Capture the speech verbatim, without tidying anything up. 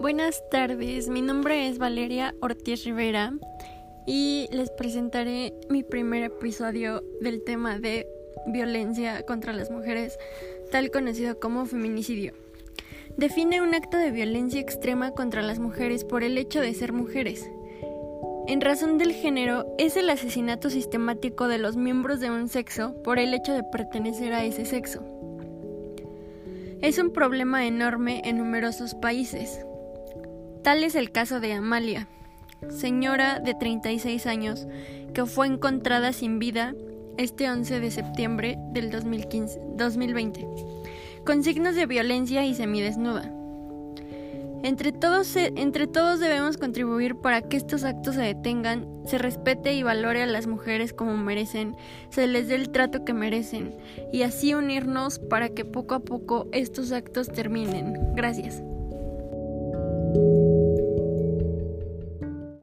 Buenas tardes, mi nombre es Valeria Ortiz Rivera y les presentaré mi primer episodio del tema de violencia contra las mujeres, tal conocido como feminicidio. Define un acto de violencia extrema contra las mujeres por el hecho de ser mujeres. En razón del género, es el asesinato sistemático de los miembros de un sexo por el hecho de pertenecer a ese sexo. Es un problema enorme en numerosos países. Tal es el caso de Amalia, señora de treinta y seis años, que fue encontrada sin vida este once de septiembre del dos mil veinte, con signos de violencia y semidesnuda. Entre todos, entre todos debemos contribuir para que estos actos se detengan, se respete y valore a las mujeres como merecen, se les dé el trato que merecen, y así unirnos para que poco a poco estos actos terminen. Gracias.